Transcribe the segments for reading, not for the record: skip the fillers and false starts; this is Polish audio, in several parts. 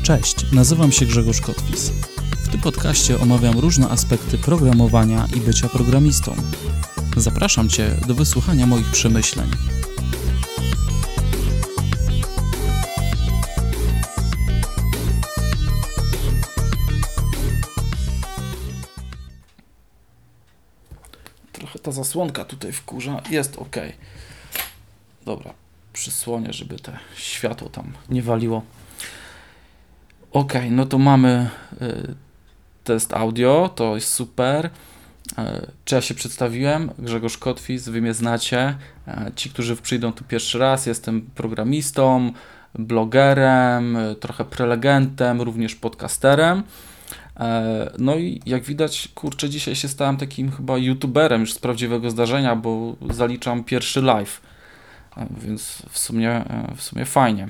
Cześć, nazywam się Grzegorz Kotwis. W tym podcaście omawiam różne aspekty programowania i bycia programistą. Zapraszam Cię do wysłuchania moich przemyśleń. Trochę ta zasłonka tutaj wkurza, jest ok. Dobra, przysłonię, żeby te światło tam nie waliło. Ok, no to mamy test audio, to jest super. Czy ja się przedstawiłem? Grzegorz Kotwis, wy mnie znacie. Ci, którzy przyjdą tu pierwszy raz, jestem programistą, blogerem, trochę prelegentem, również podcasterem. No i jak widać, kurczę, dzisiaj się stałem takim chyba youtuberem już z prawdziwego zdarzenia, bo zaliczam pierwszy live, więc w sumie fajnie.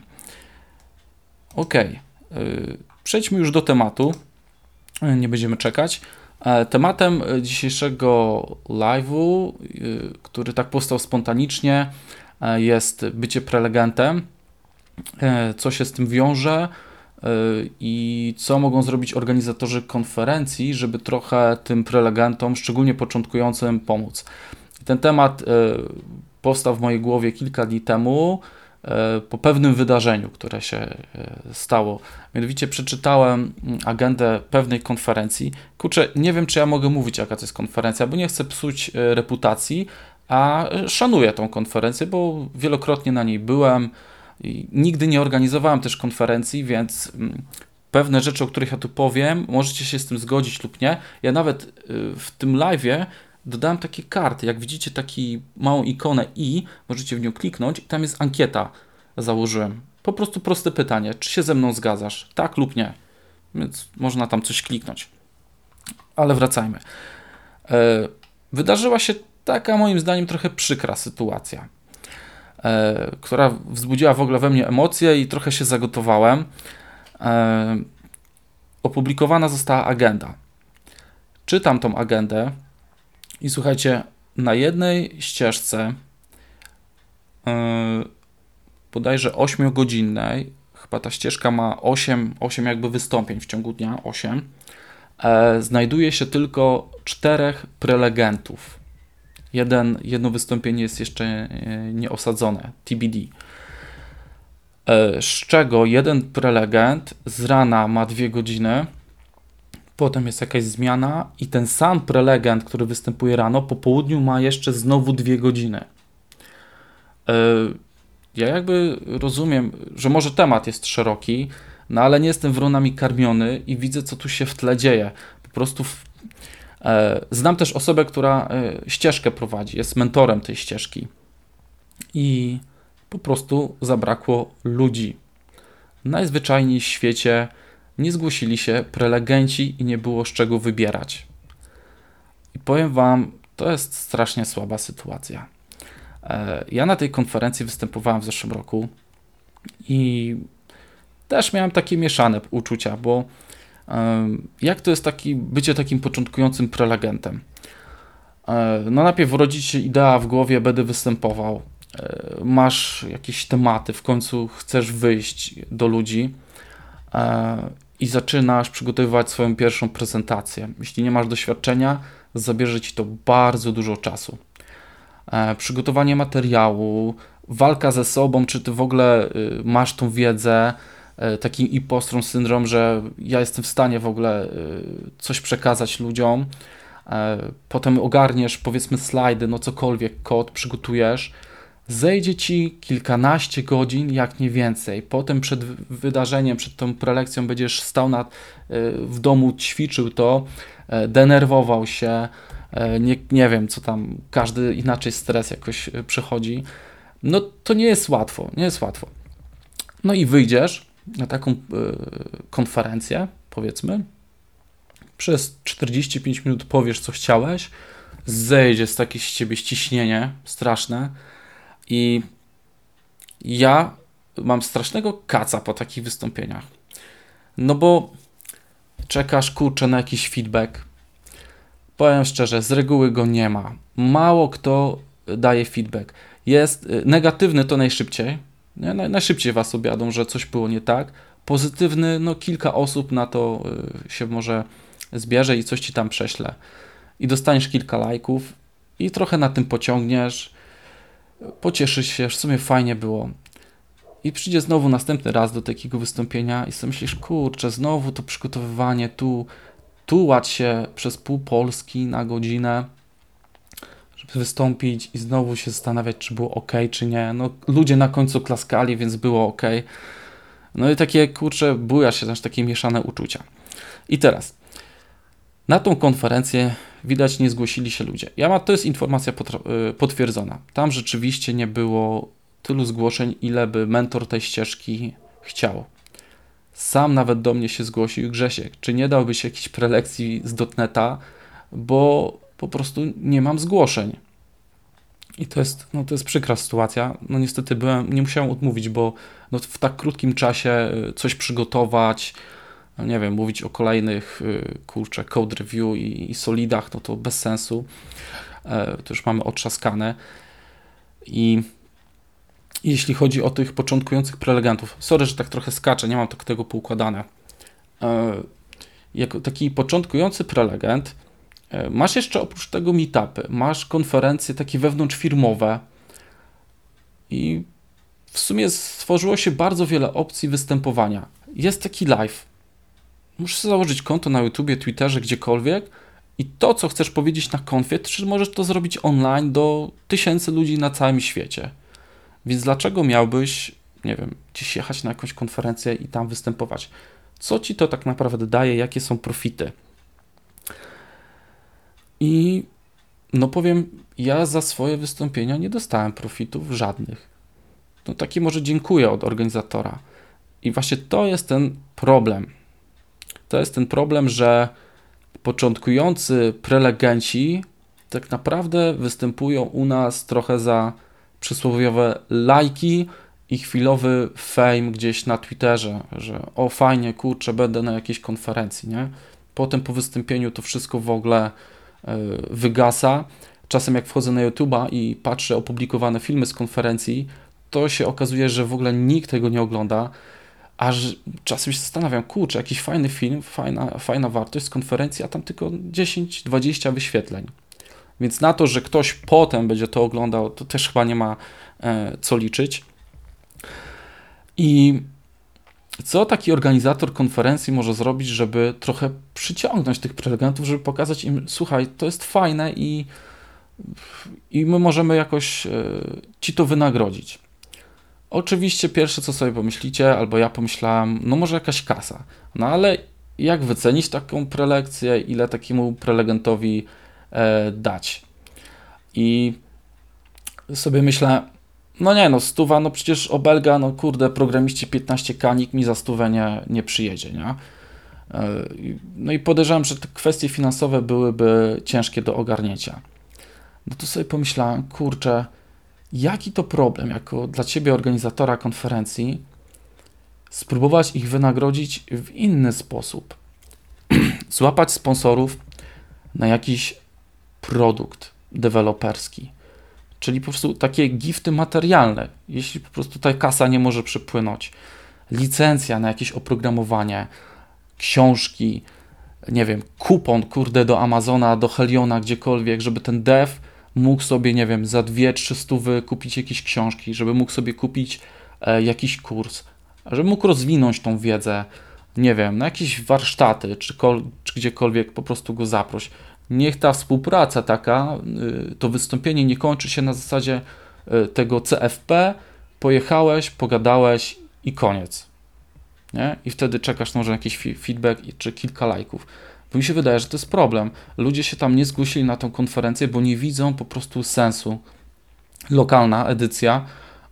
Ok, przejdźmy już do tematu, nie będziemy czekać. Tematem dzisiejszego live'u, który tak powstał spontanicznie, jest bycie prelegentem, co się z tym wiąże i co mogą zrobić organizatorzy konferencji, żeby trochę tym prelegentom, szczególnie początkującym, pomóc. Ten temat powstał w mojej głowie kilka dni temu, po pewnym wydarzeniu, które się stało. Mianowicie przeczytałem agendę pewnej konferencji. Kurczę, nie wiem, czy ja mogę mówić, jaka to jest konferencja, bo nie chcę psuć reputacji, a szanuję tą konferencję, bo wielokrotnie na niej byłem i nigdy nie organizowałem też konferencji, więc pewne rzeczy, o których ja tu powiem, możecie się z tym zgodzić lub nie. Ja nawet w tym live'ie dodałem takie karty, jak widzicie, taką małą ikonę i możecie w nią kliknąć i tam jest ankieta, założyłem. Po prostu proste pytanie, czy się ze mną zgadzasz? Tak lub nie. Więc można tam coś kliknąć. Ale wracajmy. Wydarzyła się taka, moim zdaniem, trochę przykra sytuacja, która wzbudziła w ogóle we mnie emocje i trochę się zagotowałem. Opublikowana została agenda. Czytam tą agendę i słuchajcie, na jednej ścieżce bodajże 8-godzinnej, chyba ta ścieżka ma 8 jakby wystąpień w ciągu dnia, 8, znajduje się tylko 4 prelegentów. Jedno wystąpienie jest jeszcze nieosadzone, TBD. Z czego jeden prelegent z rana ma 2 godziny, potem jest jakaś zmiana i ten sam prelegent, który występuje rano, po południu ma jeszcze znowu 2 godziny. Ja jakby rozumiem, że może temat jest szeroki, no ale nie jestem wronami karmiony i widzę, co tu się w tle dzieje. Po prostu znam też osobę, która ścieżkę prowadzi, jest mentorem tej ścieżki i po prostu zabrakło ludzi. Najzwyczajniej w świecie nie zgłosili się prelegenci i nie było z czego wybierać. I powiem Wam, to jest strasznie słaba sytuacja. Ja na tej konferencji występowałem w zeszłym roku i też miałem takie mieszane uczucia, bo jak to jest bycie takim początkującym prelegentem? No najpierw rodzi się idea w głowie, będę występował, masz jakieś tematy, w końcu chcesz wyjść do ludzi i zaczynasz przygotowywać swoją pierwszą prezentację. Jeśli nie masz doświadczenia, zabierze Ci to bardzo dużo czasu. Przygotowanie materiału, walka ze sobą, czy Ty w ogóle masz tą wiedzę, taki impostor syndrom, że ja jestem w stanie w ogóle coś przekazać ludziom. Potem ogarniesz, powiedzmy, slajdy, no cokolwiek, kod przygotujesz. Zejdzie Ci kilkanaście godzin, jak nie więcej. Potem przed wydarzeniem, przed tą prelekcją będziesz stał w domu, ćwiczył to, denerwował się, nie wiem, co tam, każdy inaczej stres jakoś przechodzi. No to nie jest łatwo, nie jest łatwo. No i wyjdziesz na taką konferencję, powiedzmy, przez 45 minut powiesz, co chciałeś, zejdzie z ciebie ściśnienie straszne i ja mam strasznego kaca po takich wystąpieniach. No bo czekasz, kurczę, na jakiś feedback. Powiem szczerze, z reguły go nie ma. Mało kto daje feedback. Jest negatywny to najszybciej. Nie? Najszybciej was objadą, że coś było nie tak. pozytywny, no kilka osób na to się może zbierze i coś ci tam prześle. I dostaniesz kilka lajków i trochę na tym pociągniesz, pocieszysz się, w sumie fajnie było. I przyjdzie znowu następny raz do takiego wystąpienia i sobie myślisz, kurczę, znowu to przygotowywanie tu łać się przez pół Polski na godzinę, żeby wystąpić i znowu się zastanawiać, czy było ok, czy nie. No ludzie na końcu klaskali, więc było ok. No i takie, kurczę, bujasz się, takie mieszane uczucia. I teraz, na tą konferencję widać nie zgłosili się ludzie. To jest informacja potwierdzona. Tam rzeczywiście nie było tylu zgłoszeń, ile by mentor tej ścieżki chciał. Sam nawet do mnie się zgłosił Grzesiek, czy nie dałbyś jakiejś prelekcji z .NET-a, bo po prostu nie mam zgłoszeń. I to jest przykra sytuacja. No niestety nie musiałem odmówić, bo w tak krótkim czasie coś przygotować, nie wiem, mówić o kolejnych, code review i solidach, no to bez sensu. To już mamy otrzaskane. I jeśli chodzi o tych początkujących prelegentów, sorry, że tak trochę skaczę, nie mam tego poukładane. Jako taki początkujący prelegent masz jeszcze oprócz tego meetupy, masz konferencje takie wewnątrzfirmowe i w sumie stworzyło się bardzo wiele opcji występowania. Jest taki live. Musisz sobie założyć konto na YouTubie, Twitterze, gdziekolwiek i to, co chcesz powiedzieć na konfie, czy możesz to zrobić online do 1000 ludzi na całym świecie. Więc dlaczego miałbyś, nie wiem, gdzieś jechać na jakąś konferencję i tam występować? Co ci to tak naprawdę daje? Jakie są profity? I no powiem, ja za swoje wystąpienia nie dostałem profitów żadnych. No taki może dziękuję od organizatora. I właśnie to jest ten problem. To jest ten problem, że początkujący prelegenci tak naprawdę występują u nas trochę za przysłowiowe lajki i chwilowy fame gdzieś na Twitterze, że o fajnie, kurczę, będę na jakiejś konferencji, nie? Potem po wystąpieniu to wszystko w ogóle wygasa. Czasem jak wchodzę na YouTube'a i patrzę opublikowane filmy z konferencji, to się okazuje, że w ogóle nikt tego nie ogląda, aż czasem się zastanawiam, kurczę, jakiś fajny film, fajna wartość z konferencji, a tam tylko 10-20 wyświetleń. Więc na to, że ktoś potem będzie to oglądał, to też chyba nie ma co liczyć. I co taki organizator konferencji może zrobić, żeby trochę przyciągnąć tych prelegentów, żeby pokazać im, słuchaj, to jest fajne i my możemy jakoś ci to wynagrodzić. Oczywiście pierwsze, co sobie pomyślicie, albo ja pomyślałem, no może jakaś kasa. No ale jak wycenić taką prelekcję, ile takiemu prelegentowi dać? I sobie myślę, no nie, no 100, no przecież obelga, no kurde, programiści 15K, nikt mi za 100 nie przyjedzie, nie? No i podejrzewam, że te kwestie finansowe byłyby ciężkie do ogarnięcia. No to sobie pomyślałem, kurczę, jaki to problem, jako dla Ciebie organizatora konferencji, spróbować ich wynagrodzić w inny sposób. Złapać sponsorów na jakiś produkt deweloperski, czyli po prostu takie gifty materialne, jeśli po prostu ta kasa nie może przypłynąć, licencja na jakieś oprogramowanie, książki, nie wiem, kupon, kurde, do Amazona, do Heliona, gdziekolwiek, żeby ten dev mógł sobie, nie wiem, za 2-3 stówy kupić jakieś książki, żeby mógł sobie kupić jakiś kurs, żeby mógł rozwinąć tą wiedzę, nie wiem, na jakieś warsztaty, czy gdziekolwiek, po prostu go zaproś. Niech ta współpraca taka, to wystąpienie nie kończy się na zasadzie tego CFP, pojechałeś, pogadałeś i koniec. Nie? I wtedy czekasz może na jakiś feedback czy kilka lajków. Bo mi się wydaje, że to jest problem. Ludzie się tam nie zgłosili na tę konferencję, bo nie widzą po prostu sensu. Lokalna edycja,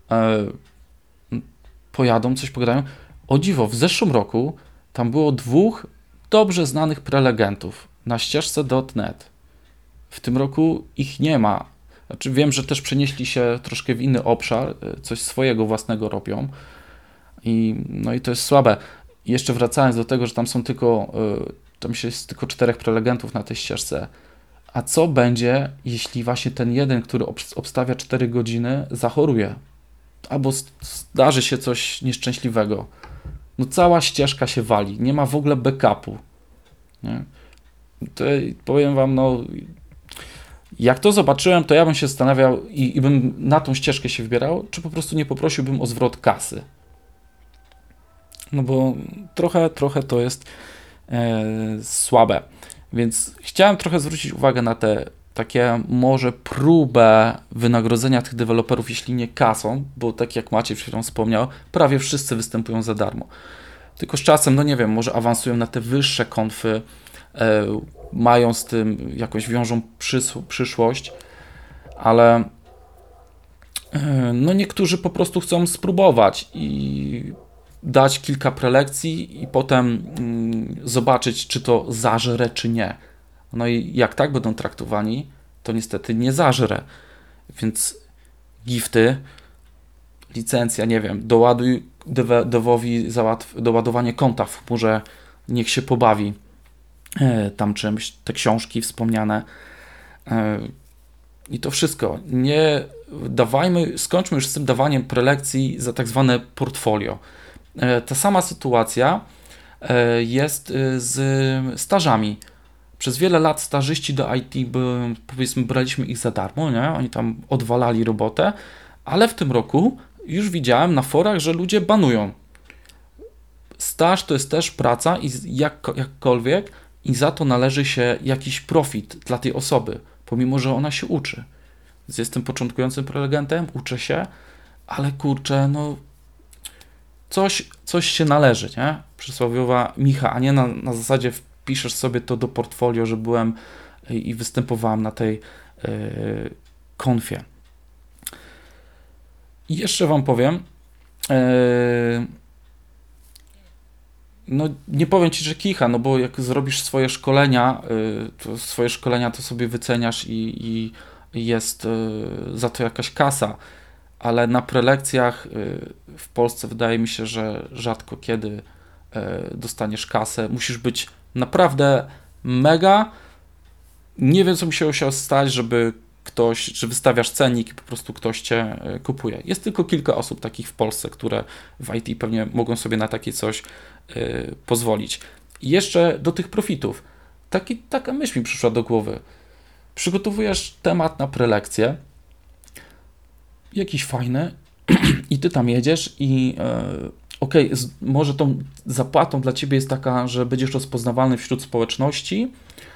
pojadą, coś pogadają. O dziwo, w zeszłym roku tam było 2 dobrze znanych prelegentów na ścieżce .NET. W tym roku ich nie ma. Znaczy wiem, że też przenieśli się troszkę w inny obszar, coś swojego własnego robią. No i to jest słabe. I jeszcze wracając do tego, że tam są jest tylko 4 prelegentów na tej ścieżce. A co będzie, jeśli właśnie ten jeden, który obstawia 4 godziny, zachoruje? Albo zdarzy się coś nieszczęśliwego. no cała ścieżka się wali, nie ma w ogóle backupu. Nie? To powiem wam, no jak to zobaczyłem, to ja bym się zastanawiał i bym na tą ścieżkę się wybierał, czy po prostu nie poprosiłbym o zwrot kasy. No bo trochę to jest słabe. Więc chciałem trochę zwrócić uwagę na te takie może próbę wynagrodzenia tych deweloperów, jeśli nie kasą, bo tak jak Maciej przed chwilą wspomniał, prawie wszyscy występują za darmo. Tylko z czasem, no nie wiem, może awansują na te wyższe konfy, mają z tym jakąś wiążą przyszłość, ale no niektórzy po prostu chcą spróbować i dać kilka prelekcji i potem zobaczyć, czy to zażre, czy nie. No i jak tak będą traktowani, to niestety nie zażre. Więc gifty, licencja, nie wiem, doładuj devowi doładowanie konta w chmurze, niech się pobawi tam czymś, te książki wspomniane. I to wszystko. Nie dawajmy, skończmy już z tym dawaniem prelekcji za tak zwane portfolio. Ta sama sytuacja jest z stażami. Przez wiele lat stażyści do IT, powiedzmy, braliśmy ich za darmo, nie? Oni tam odwalali robotę, ale w tym roku już widziałem na forach, że ludzie banują. Staż to jest też praca i jakkolwiek i za to należy się jakiś profit dla tej osoby, pomimo że ona się uczy. Więc jestem początkującym prelegentem, uczę się, ale kurczę, no coś się należy, nie? Przysłowiowa micha, a nie na zasadzie wpiszesz sobie to do portfolio, że byłem i występowałem na tej konfie. I jeszcze wam powiem, no nie powiem ci, że kicha, no bo jak zrobisz swoje szkolenia, to sobie wyceniasz i jest za to jakaś kasa, ale na prelekcjach w Polsce wydaje mi się, że rzadko kiedy dostaniesz kasę. Musisz być naprawdę mega. Nie wiem, co musiało stać, żeby że wystawiasz cennik i po prostu ktoś cię kupuje. Jest tylko kilka osób takich w Polsce, które w IT pewnie mogą sobie na takie coś pozwolić. I jeszcze do tych profitów. Taka myśl mi przyszła do głowy. Przygotowujesz temat na prelekcję, jakiś fajny, i ty tam jedziesz i okej, może tą zapłatą dla ciebie jest taka, że będziesz rozpoznawalny wśród społeczności,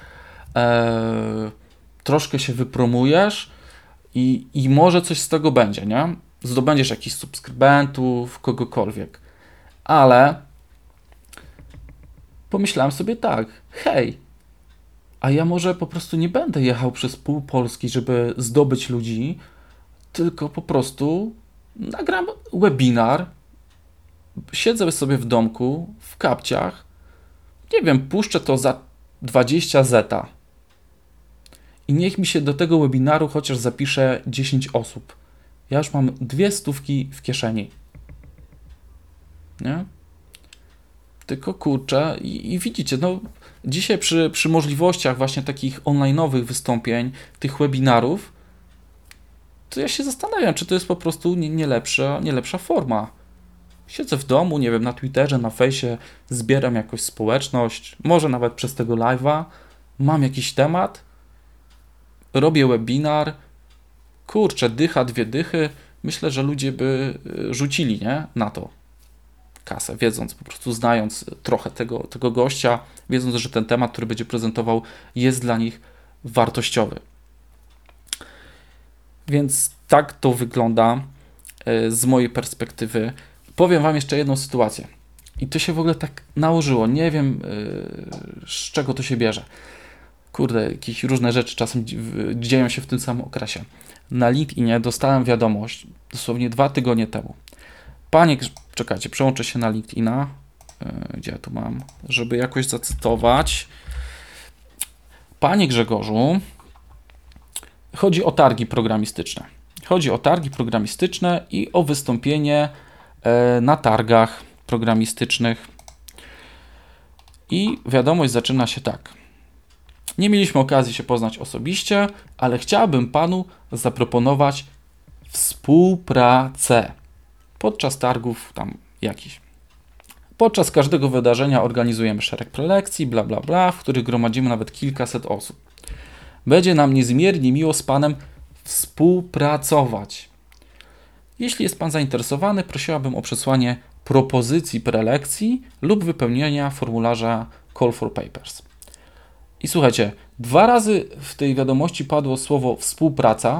troszkę się wypromujesz i może coś z tego będzie, nie? Zdobędziesz jakichś subskrybentów, kogokolwiek. Ale pomyślałem sobie tak, hej, a ja może po prostu nie będę jechał przez pół Polski, żeby zdobyć ludzi, tylko po prostu nagram webinar, siedzę sobie w domku, w kapciach, nie wiem, puszczę to za 20 zeta i niech mi się do tego webinaru chociaż zapisze 10 osób. Ja już mam 200 w kieszeni. Nie? Tylko kurczę i widzicie, no dzisiaj przy możliwościach właśnie takich online'owych wystąpień, tych webinarów, to ja się zastanawiam, czy to jest po prostu nie lepsza forma. Siedzę w domu, nie wiem, na Twitterze, na fejsie, zbieram jakąś społeczność, może nawet przez tego live'a, mam jakiś temat, robię webinar, kurczę, dycha, 2 dychy, myślę, że ludzie by rzucili, nie, na to kasę, wiedząc, po prostu znając trochę tego gościa, wiedząc, że ten temat, który będzie prezentował, jest dla nich wartościowy. Więc tak to wygląda z mojej perspektywy. Powiem wam jeszcze jedną sytuację. I to się w ogóle tak nałożyło. Nie wiem, z czego to się bierze. Kurde, jakieś różne rzeczy czasem dzieją się w tym samym okresie. Na LinkedInie dostałem wiadomość dosłownie 2 tygodnie temu. Panie, czekajcie, przełączę się na LinkedIna. Gdzie ja tu mam? Żeby jakoś zacytować. Panie Grzegorzu, chodzi o targi programistyczne. Chodzi o targi programistyczne i o wystąpienie na targach programistycznych. I wiadomość zaczyna się tak. Nie mieliśmy okazji się poznać osobiście, ale chciałabym panu zaproponować współpracę podczas targów tam jakichś. Podczas każdego wydarzenia organizujemy szereg prelekcji, bla bla bla, w których gromadzimy nawet kilkaset osób. Będzie nam niezmiernie miło z Panem współpracować. Jeśli jest Pan zainteresowany, prosiłabym o przesłanie propozycji prelekcji lub wypełnienia formularza Call for Papers. I słuchajcie, 2 razy w tej wiadomości padło słowo współpraca,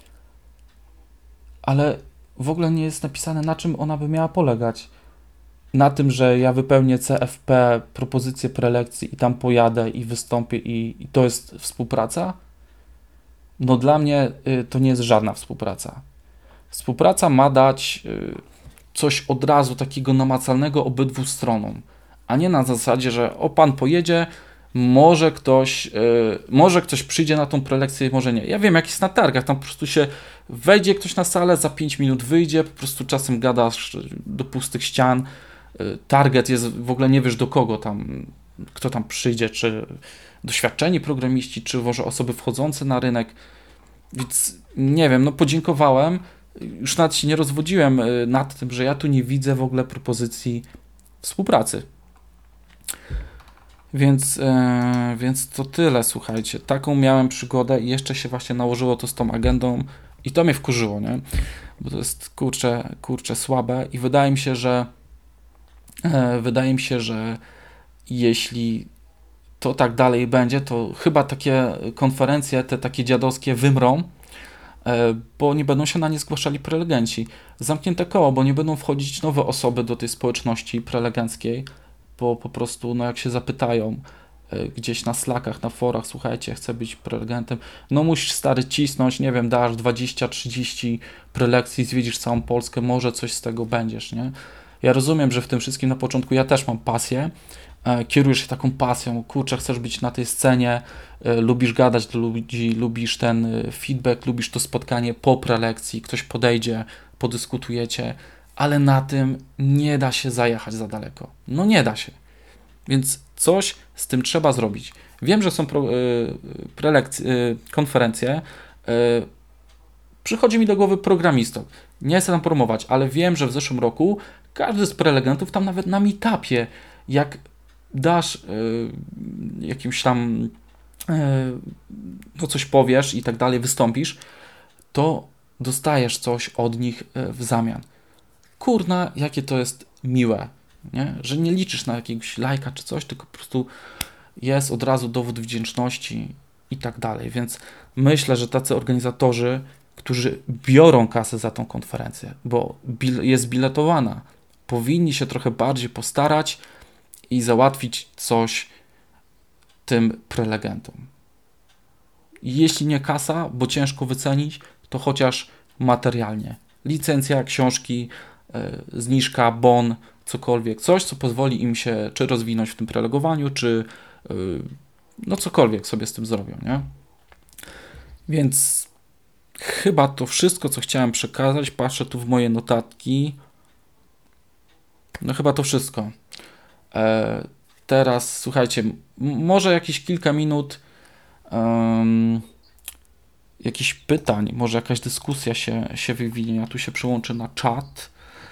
ale w ogóle nie jest napisane, na czym ona by miała polegać. Na tym, że ja wypełnię CFP, propozycję prelekcji i tam pojadę i wystąpię i to jest współpraca? No dla mnie to nie jest żadna współpraca. Współpraca ma dać coś od razu takiego namacalnego obydwu stronom, a nie na zasadzie, że Pan pojedzie, może ktoś przyjdzie na tą prelekcję, może nie. Ja wiem, jak jest na targach, tam po prostu się wejdzie ktoś na salę, za 5 minut wyjdzie, po prostu czasem gadasz do pustych ścian, target jest, w ogóle nie wiesz do kogo tam, kto tam przyjdzie, czy doświadczeni programiści, czy może osoby wchodzące na rynek, więc nie wiem, no podziękowałem, już nawet się nie rozwodziłem nad tym, że ja tu nie widzę w ogóle propozycji współpracy. Więc to tyle, słuchajcie. Taką miałem przygodę i jeszcze się właśnie nałożyło to z tą agendą i to mnie wkurzyło, nie? Bo to jest kurczę słabe i wydaje mi się, że jeśli to tak dalej będzie, to chyba takie konferencje, te takie dziadowskie wymrą, bo nie będą się na nie zgłaszali prelegenci. Zamknięte koło, bo nie będą wchodzić nowe osoby do tej społeczności prelegenckiej, bo po prostu, no jak się zapytają gdzieś na Slackach, na forach, słuchajcie, chcę być prelegentem, no musisz stary cisnąć, nie wiem, dasz 20-30 prelekcji, zwiedzisz całą Polskę, może coś z tego będziesz, nie? Ja rozumiem, że w tym wszystkim na początku ja też mam pasję, kierujesz się taką pasją, kurczę, chcesz być na tej scenie, lubisz gadać do ludzi, lubisz ten feedback, lubisz to spotkanie po prelekcji, ktoś podejdzie, podyskutujecie, ale na tym nie da się zajechać za daleko. No nie da się. Więc coś z tym trzeba zrobić. Wiem, że są konferencje. Przychodzi mi do głowy programistów. Nie chcę tam promować, ale wiem, że w zeszłym roku każdy z prelegentów tam nawet na meetupie, jak dasz jakimś tam no coś powiesz i tak dalej, wystąpisz, to dostajesz coś od nich w zamian. Kurna, jakie to jest miłe, nie? Że nie liczysz na jakiegoś lajka czy coś, tylko po prostu jest od razu dowód wdzięczności i tak dalej, więc myślę, że tacy organizatorzy, którzy biorą kasę za tą konferencję, bo jest biletowana, powinni się trochę bardziej postarać i załatwić coś tym prelegentom. Jeśli nie kasa, bo ciężko wycenić, to chociaż materialnie. Licencja, książki, zniżka, bon, cokolwiek. Coś, co pozwoli im się czy rozwinąć w tym prelegowaniu, czy no cokolwiek sobie z tym zrobią, nie? Więc chyba to wszystko, co chciałem przekazać. Patrzę tu w moje notatki. No chyba to wszystko. Teraz słuchajcie, może jakieś kilka minut jakichś pytań, może jakaś dyskusja się wywinie. Ja tu się przyłączę na czat.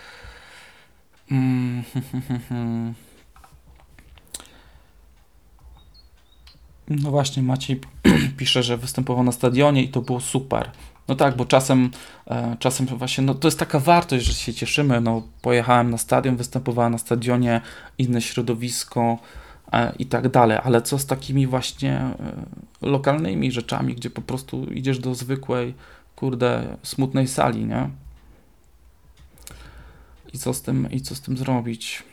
No właśnie, Maciej pisze, że występował na stadionie i to było super. No tak, bo czasem właśnie, no to jest taka wartość, że się cieszymy. No, pojechałem na stadion, występowałem na stadionie, inne środowisko i tak dalej, ale co z takimi właśnie lokalnymi rzeczami, gdzie po prostu idziesz do zwykłej, smutnej sali, nie? I co z tym zrobić?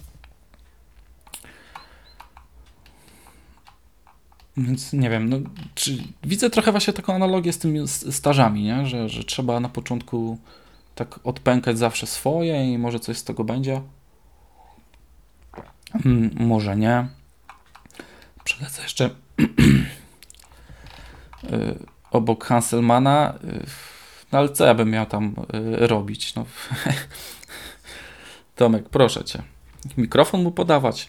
Więc nie wiem, no, widzę trochę właśnie taką analogię z tymi stażami, nie? Że trzeba na początku tak odpękać zawsze swoje i może coś z tego będzie. Może nie. Przelecę jeszcze obok Hanselmana. No ale co ja bym miał tam robić? No. Tomek, proszę cię. Mikrofon mu podawać.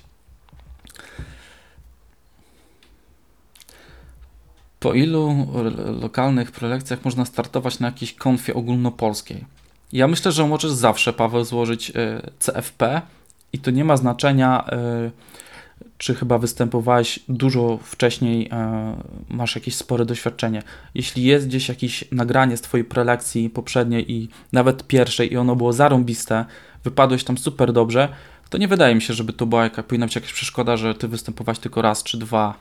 Po ilu lokalnych prelekcjach można startować na jakiejś konfie ogólnopolskiej? Ja myślę, że możesz zawsze, Paweł, złożyć CFP I to nie ma znaczenia, czy chyba występowałeś dużo wcześniej, masz jakieś spore doświadczenie. Jeśli jest gdzieś jakieś nagranie z twojej prelekcji poprzedniej i nawet pierwszej i ono było zarąbiste, wypadłeś tam super dobrze, to nie wydaje mi się, żeby to była powinna być jakaś przeszkoda, że ty występowałeś tylko raz czy dwa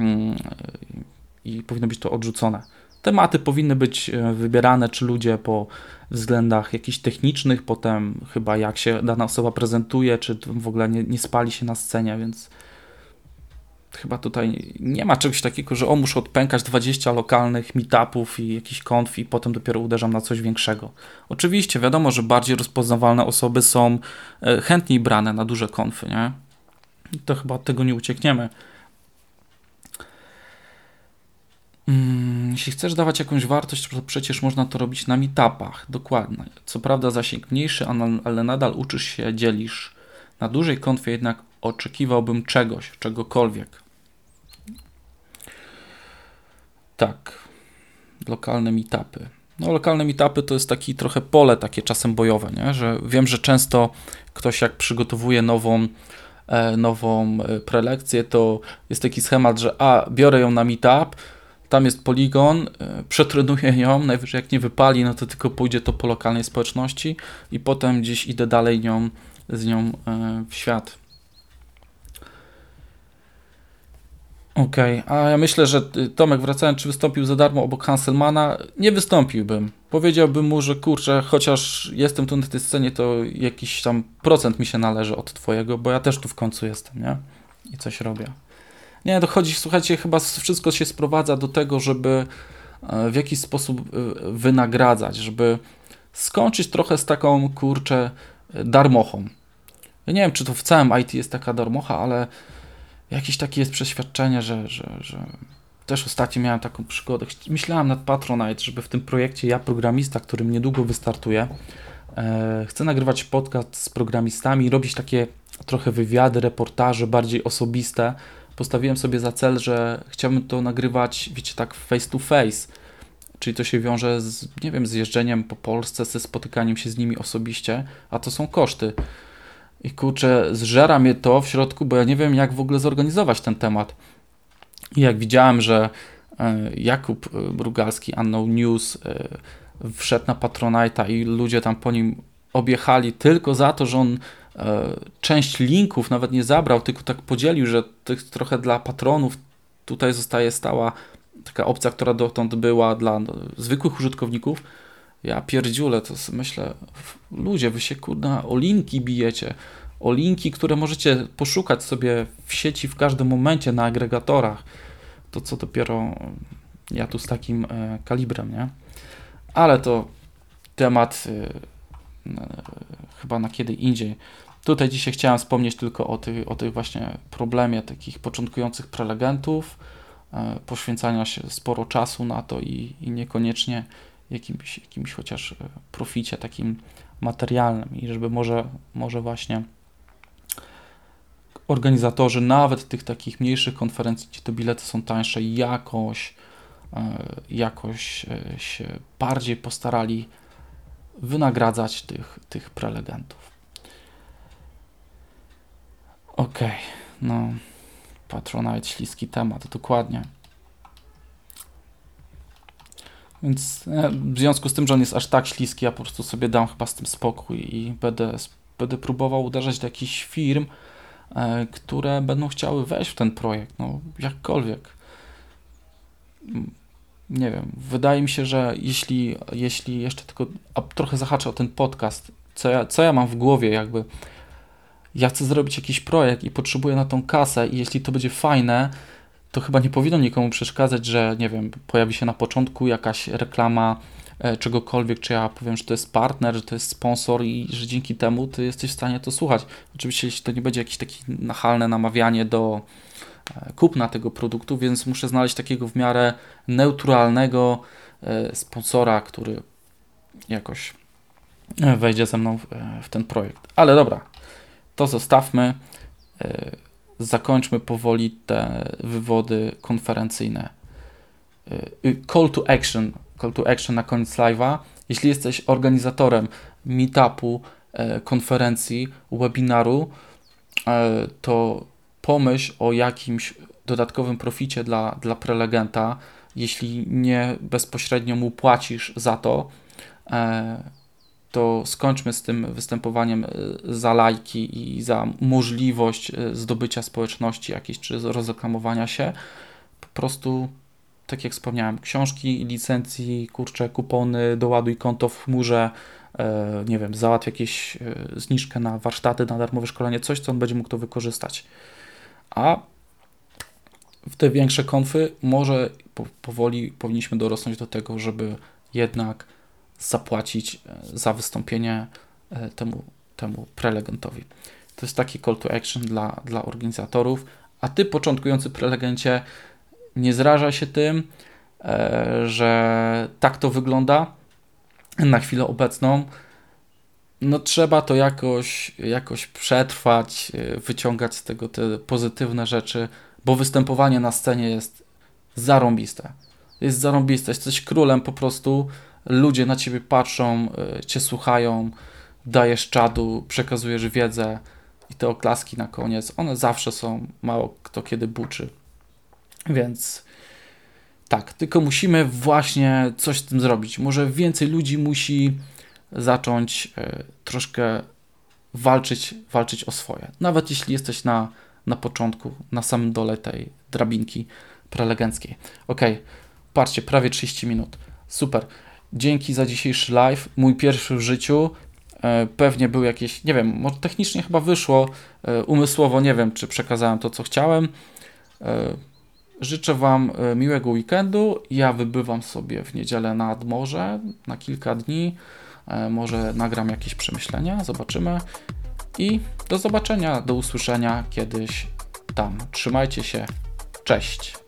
i powinno być to odrzucone. Tematy powinny być wybierane, czy ludzie po względach jakichś technicznych, potem chyba jak się dana osoba prezentuje, czy w ogóle nie spali się na scenie, więc chyba tutaj nie ma czegoś takiego, że muszę odpękać 20 lokalnych meetupów i jakiś konf i potem dopiero uderzam na coś większego. Oczywiście wiadomo, że bardziej rozpoznawalne osoby są chętniej brane na duże konfy, nie? To chyba od tego nie uciekniemy. Jeśli chcesz dawać jakąś wartość, to przecież można to robić na meetupach, dokładnie. Co prawda zasięg mniejszy, ale nadal uczysz się, dzielisz. Na dużej konfie jednak oczekiwałbym czegokolwiek. Tak, lokalne meetupy. No, lokalne meetupy to jest taki trochę pole takie czasem bojowe, nie? Że wiem, że często ktoś jak przygotowuje nową prelekcję, to jest taki schemat, że biorę ją na meetup, tam jest poligon, przetrenuję ją, najwyżej jak nie wypali, no to tylko pójdzie to po lokalnej społeczności i potem gdzieś idę dalej z nią w świat. Okej, a ja myślę, że Tomek, wracając, czy wystąpił za darmo obok Hanselmana? Nie wystąpiłbym. Powiedziałbym mu, że kurczę, chociaż jestem tu na tej scenie, to jakiś tam procent mi się należy od twojego, bo ja też tu w końcu jestem, nie? I coś robię. Nie, dochodzi, słuchajcie, chyba wszystko się sprowadza do tego, żeby w jakiś sposób wynagradzać, żeby skończyć trochę z taką, kurczę, darmochą. Ja nie wiem, czy to w całym IT jest taka darmocha, ale jakieś takie jest przeświadczenie, że też ostatnio miałem taką przygodę. Myślałem nad Patronite, żeby w tym projekcie Ja Programista, którym niedługo wystartuję, chcę nagrywać podcast z programistami, robić takie trochę wywiady, reportaże bardziej osobiste. Postawiłem sobie za cel, że chciałbym to nagrywać, wiecie, tak face to face, czyli to się wiąże z, nie wiem, z jeżdżeniem po Polsce, ze spotykaniem się z nimi osobiście, a to są koszty. I kurczę, zżera mnie to w środku, bo ja nie wiem, jak w ogóle zorganizować ten temat. I jak widziałem, że Jakub Brugalski, Unknown News, wszedł na Patronite'a i ludzie tam po nim objechali tylko za to, że on część linków nawet nie zabrał, tylko tak podzielił, że trochę dla patronów tutaj zostaje stała taka opcja, która dotąd była dla zwykłych użytkowników. Ja pierdziule, to myślę, ludzie, wy się kurna o linki bijecie, o linki, które możecie poszukać sobie w sieci w każdym momencie na agregatorach. To co dopiero ja tu z takim kalibrem, nie? Ale to temat chyba na kiedy indziej. Tutaj dzisiaj chciałem wspomnieć tylko o tych właśnie problemie takich początkujących prelegentów, poświęcania się sporo czasu na to i niekoniecznie jakimś chociaż proficie takim materialnym i żeby może właśnie organizatorzy nawet tych takich mniejszych konferencji, gdzie te bilety są tańsze, jakoś się bardziej postarali wynagradzać tych prelegentów. Okej, no Patronite, śliski temat, dokładnie. Więc w związku z tym, że on jest aż tak śliski, ja po prostu sobie dam chyba z tym spokój i będę próbował uderzać do jakichś firm, które będą chciały wejść w ten projekt, no jakkolwiek. Nie wiem, wydaje mi się, że jeśli jeszcze tylko trochę zahaczę o ten podcast, co ja mam w głowie jakby, ja chcę zrobić jakiś projekt i potrzebuję na tą kasę i jeśli to będzie fajne, to chyba nie powinno nikomu przeszkadzać, że nie wiem, pojawi się na początku jakaś reklama czegokolwiek, czy ja powiem, że to jest partner, że to jest sponsor i że dzięki temu ty jesteś w stanie to słuchać. Oczywiście jeśli to nie będzie jakieś takie nachalne namawianie do kupna tego produktu, więc muszę znaleźć takiego w miarę neutralnego sponsora, który jakoś wejdzie ze mną w ten projekt. Ale dobra, to zostawmy. Zakończmy powoli te wywody konferencyjne. Call to action na koniec live'a. Jeśli jesteś organizatorem meetupu, konferencji, webinaru, to pomyśl o jakimś dodatkowym proficie dla prelegenta, jeśli nie bezpośrednio mu płacisz za to, to skończmy z tym występowaniem za lajki i za możliwość zdobycia społeczności jakiejś, czy rozreklamowania się. Po prostu, tak jak wspomniałem, książki, licencji, kurczę, kupony, doładuj konto w chmurze, nie wiem, załatw jakieś zniżkę na warsztaty, na darmowe szkolenie, coś, co on będzie mógł to wykorzystać. A w te większe konfy może powoli powinniśmy dorosnąć do tego, żeby jednak zapłacić za wystąpienie temu prelegentowi. To jest taki call to action dla organizatorów, a ty, początkujący prelegencie, nie zrażaj się tym, że tak to wygląda na chwilę obecną. No trzeba to jakoś przetrwać, wyciągać z tego te pozytywne rzeczy, bo występowanie na scenie jest zarąbiste. Jest zarąbiste, jesteś królem po prostu, ludzie na ciebie patrzą, cię słuchają, dajesz czadu, przekazujesz wiedzę i te oklaski na koniec, one zawsze są, mało kto kiedy buczy. Więc tak, tylko musimy właśnie coś z tym zrobić. Może więcej ludzi musi zacząć troszkę walczyć o swoje. Nawet jeśli jesteś na początku, na samym dole tej drabinki prelegenckiej. Ok, patrzcie, prawie 30 minut. Super. Dzięki za dzisiejszy live. Mój pierwszy w życiu. Pewnie był jakieś, nie wiem, może technicznie chyba wyszło, umysłowo nie wiem, czy przekazałem to, co chciałem. Życzę Wam miłego weekendu. Ja wybywam sobie w niedzielę nad morze na kilka dni. Może nagram jakieś przemyślenia, zobaczymy. I do zobaczenia, do usłyszenia kiedyś tam. Trzymajcie się. Cześć.